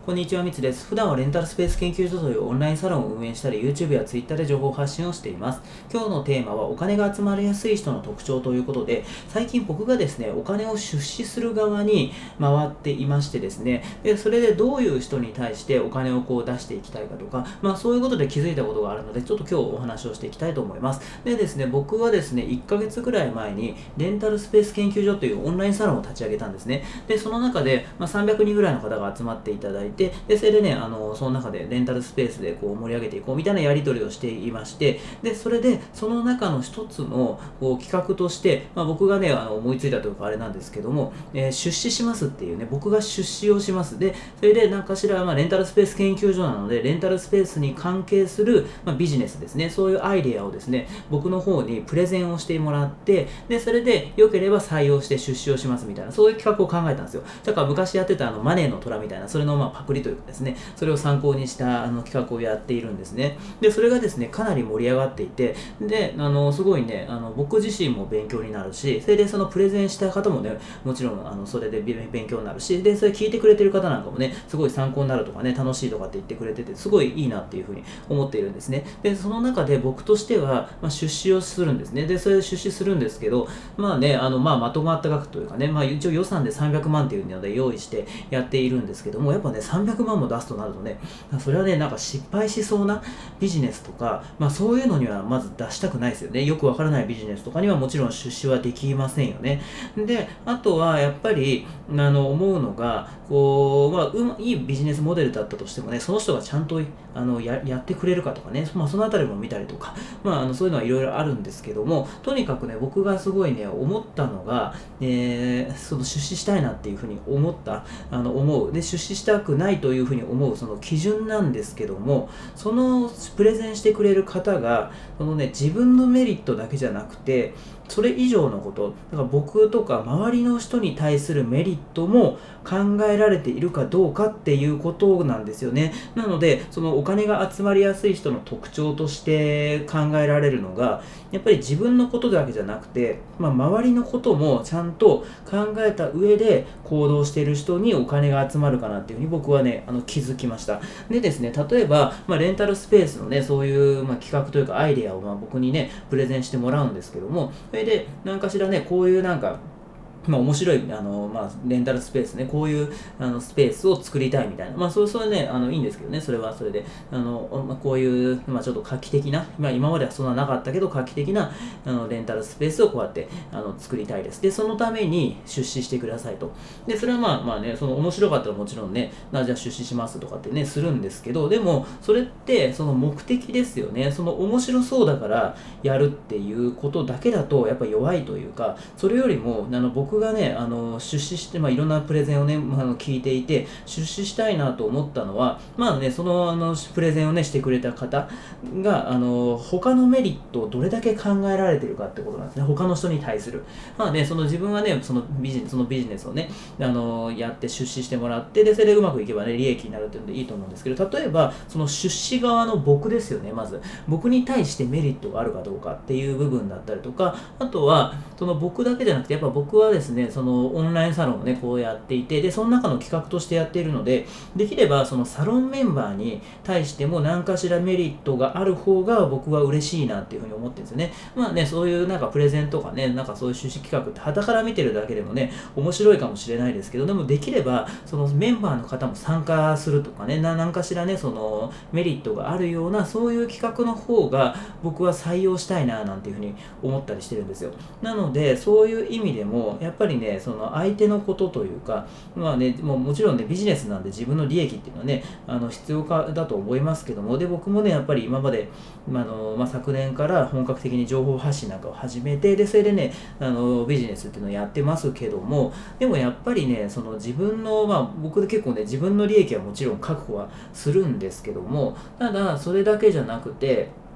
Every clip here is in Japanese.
こんにちは、みつです。普段はレンタルスペース研究所というオンラインサロンを運営したり、YouTube や Twitter で情報発信をしています。今日のテーマはお金が集まりやすい人の特徴ということで、最近僕がですね、お金を出資する側に回っていましてですね、それでどういう人に対してお金を出していきたいかとか、そういうことで気づいたことがあるので、ちょっと今日お話をしていきたいと思います。でですね、僕はですね、1ヶ月ぐらい前にレンタルスペース研究所というオンラインサロンを立ち上げたんですね。で、その中で、300人ぐらいの方が集まっていただいて、でそれでね、その中でレンタルスペースで盛り上げていこうみたいなやり取りをしていまして、でそれでその中の一つの企画として、僕がね思いついたというかあれなんですけども、出資しますっていうね、僕が出資をします。でそれで何かしら、レンタルスペース研究所なので、レンタルスペースに関係する、ビジネスですね、そういうアイデアをですね、僕の方にプレゼンをしてもらって、でそれで良ければ採用して出資をしますみたいな、そういう企画を考えたんですよ。だから昔やってたマネーの虎みたいな、それのパクリというかですね、それを参考にした企画をやっているんですね。でそれがですね、かなり盛り上がっていて、ですごいね、僕自身も勉強になるし、それでそのプレゼンした方もね、もちろんそれで勉強になるし、でそれ聞いてくれてる方なんかもね、すごい参考になるとかね、楽しいとかって言ってくれてて、すごいいいなっていうふうに思っているんですね。でその中で僕としては、出資をするんですね。でそれで出資するんですけど、まとまった額というかね、一応予算で300万っていうので用意してやっているんですけども、やっぱね300万も出すとなるとね、それはね、なんか失敗しそうなビジネスとか、そういうのにはまず出したくないですよね。よくわからないビジネスとかにはもちろん出資はできませんよね。であとはやっぱり思うのが、いいビジネスモデルだったとしてもね、その人がちゃんとやってくれるかとかね、そのあたりも見たりとか、そういうのはいろいろあるんですけども、とにかくね、僕がすごいね思ったのが、その出資したいなっていうふうに思うで、出資したくないというふうに思うその基準なんですけども、そのプレゼンしてくれる方が自分のメリットだけじゃなくて、それ以上のこと、だから僕とか周りの人に対するメリットも考えられているかどうかっていうことなんですよね。なのでそのお金が集まりやすい人の特徴として考えられるのが、やっぱり自分のことだけじゃなくて、周りのこともちゃんと考えた上で行動している人にお金が集まるかなっていうふうに僕はね気づきました。でですね、例えば、レンタルスペースのね、そういう、企画というかアイデアを僕にねプレゼンしてもらうんですけども、それで何かしらね、こういう面白いレンタルスペースね、こういうスペースを作りたいみたいな、それねいいんですけどね、それはそれでこういう、ちょっと画期的な、今まではそんななかったけど画期的なレンタルスペースをこうやって作りたいです。でそのために出資してくださいと。でそれはね、その面白かったらもちろんね、じゃあ出資しますとかってねするんですけど、でもそれってその目的ですよね。その面白そうだからやるっていうことだけだとやっぱ弱いというか、それよりも僕がね出資して、いろんなプレゼンをね、聞いていて出資したいなと思ったのは、そのプレゼンをねしてくれた方が他のメリットをどれだけ考えられてるかってことなんですね。他の人に対するその自分はねそのビジネスをねやって出資してもらって、でそれでうまくいけばね利益になるっていうのでいいと思うんですけど、例えばその出資側の僕ですよね。まず僕に対してメリットがあるかどうかっていう部分だったりとか、あとはその僕だけじゃなくて、やっぱ僕はですね、そのオンラインサロンをねこうやっていて、でその中の企画としてやっているので、できればそのサロンメンバーに対しても何かしらメリットがある方が僕は嬉しいなっていうふうに思ってるんですよね。そういうプレゼンとかね、そういう出資企画って傍から見てるだけでもね面白いかもしれないですけど、でもできればそのメンバーの方も参加するとかね、何かしらねそのメリットがあるような、そういう企画の方が僕は採用したいななんていうふうに思ったりしてるんですよ。なのでそういう意味でもやっぱりね、その相手のことというか、もちろんねビジネスなんで自分の利益っていうのはね必要かだと思いますけども、で僕もねやっぱり今まで、昨年から本格的に情報発信なんかを始めて、でそれでねビジネスっていうのをやってますけども、でもやっぱりねその自分の僕で結構ね自分の利益はもちろん確保はするんですけども、ただそれだけじゃなくて、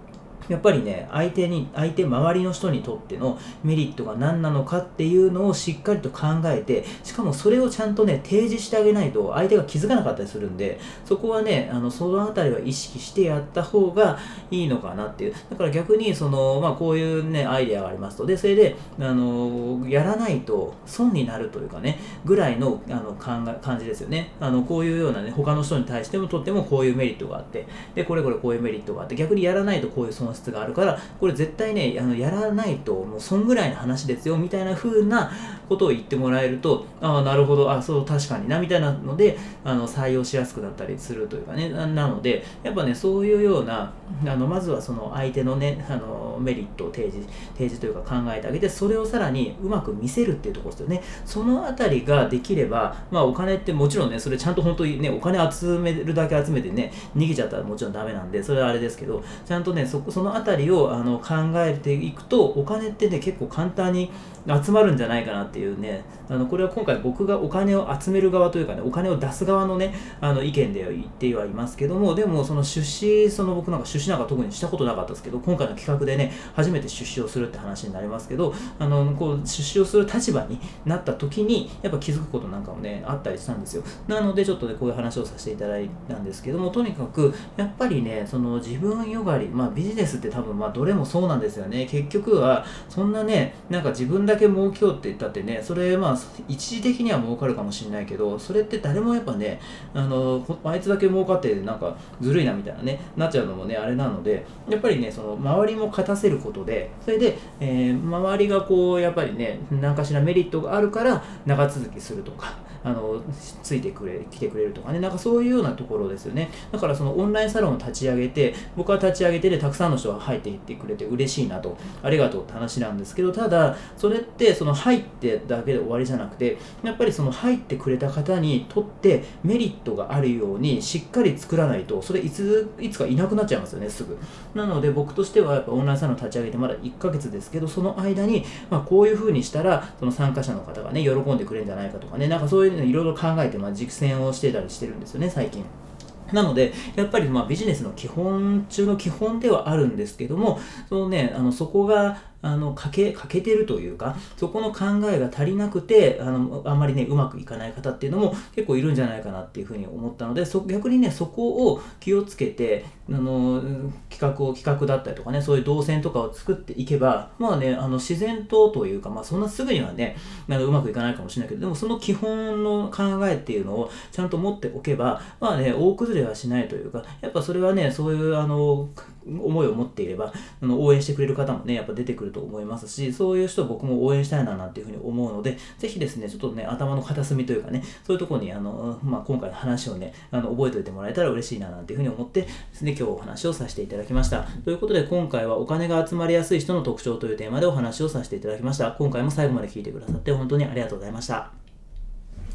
やっぱりね、周りの人にとってのメリットが何なのかっていうのをしっかりと考えて、しかもそれをちゃんとね、提示してあげないと相手が気づかなかったりするんで、そこはね、そのあたりは意識してやった方がいいのかなっていう。だから逆に、こういうね、アイデアがありますと。で、それで、やらないと損になるというかね、ぐらいの、感じですよね。こういうようなね、他の人に対してもとってもこういうメリットがあって、で、こういうメリットがあって、逆にやらないとこういう損失があるから、これ絶対ね、やらないともう損ぐらいの話ですよみたいな風なことを言ってもらえると、ああなるほど、そう確かになみたいなので採用しやすくなったりするというかね、なのでやっぱね、そういうようなまずはその相手のねメリットを提示というか考えてあげて、それをさらにうまく見せるっていうところですよね。そのあたりができれば、お金ってもちろんね、それちゃんと本当にね、お金集めるだけ集めてね、逃げちゃったらもちろんダメなんで、それはあれですけど、ちゃんとね、そのあたりを考えていくと、お金ってね、結構簡単に集まるんじゃないかなっていうね、これは今回僕がお金を集める側というかね、お金を出す側のね、意見で言ってはいますけども、でも僕なんか出資なんか特にしたことなかったですけど、今回の企画でね、初めて出資をするって話になりますけど、出資をする立場になった時に、やっぱ気づくことなんかもね、あったりしたんですよ。なので、ちょっとね、こういう話をさせていただいたんですけども、とにかく、やっぱりね、自分よがり、ビジネスって多分どれもそうなんですよね。結局は、そんなね、なんか自分だけ儲けようって言ったってね、それ一時的には儲かるかもしれないけど、それって誰もやっぱね、あいつだけ儲かってなんかずるいなみたいなね、なっちゃうのもね、あれなので、やっぱりね、周りも勝たせることで、それで、周りがやっぱりね、何かしらメリットがあるから長続きするとか、来てくれるとかね、なんかそういうようなところですよね。だからオンラインサロンを立ち上げて、僕は立ち上げてでたくさんの人が入っていってくれて嬉しいなと、ありがとうって話なんですけど、ただそれって入ってだけで終わりじゃなくて、やっぱり入ってくれた方にとってメリットがあるようにしっかり作らないと、それいつかいなくなっちゃいますよね、すぐ。なので僕としてはやっぱオンラインサロン立ち上げてまだ1ヶ月ですけど、その間にこういう風にしたら参加者の方がね喜んでくれるんじゃないかとかね、なんかそういうのいろいろ考えて実践をしてたりしてるんですよね、最近。なので、やっぱりビジネスの基本中の基本ではあるんですけども、そこが欠けてるというか、そこの考えが足りなくて、あんまりね、うまくいかない方っていうのも結構いるんじゃないかなっていうふうに思ったので、逆にね、そこを気をつけて、企画だったりとかね、そういう動線とかを作っていけば、自然とというか、そんなすぐにはね、うまくいかないかもしれないけど、でもその基本の考えっていうのをちゃんと持っておけば、大崩れはしないというか、やっぱそれはね、そういう思いを持っていれば、応援してくれる方もね、やっぱ出てくると思いますし、そういう人を僕も応援したいななんていうふうに思うので、ぜひですね、ちょっとね、頭の片隅というかね、そういうところに今回の話をね、覚えておいてもらえたら嬉しいななんていうふうに思ってですね、今日お話をさせていただきました。ということで、今回はお金が集まりやすい人の特徴というテーマでお話をさせていただきました。今回も最後まで聞いてくださって本当にありがとうございました。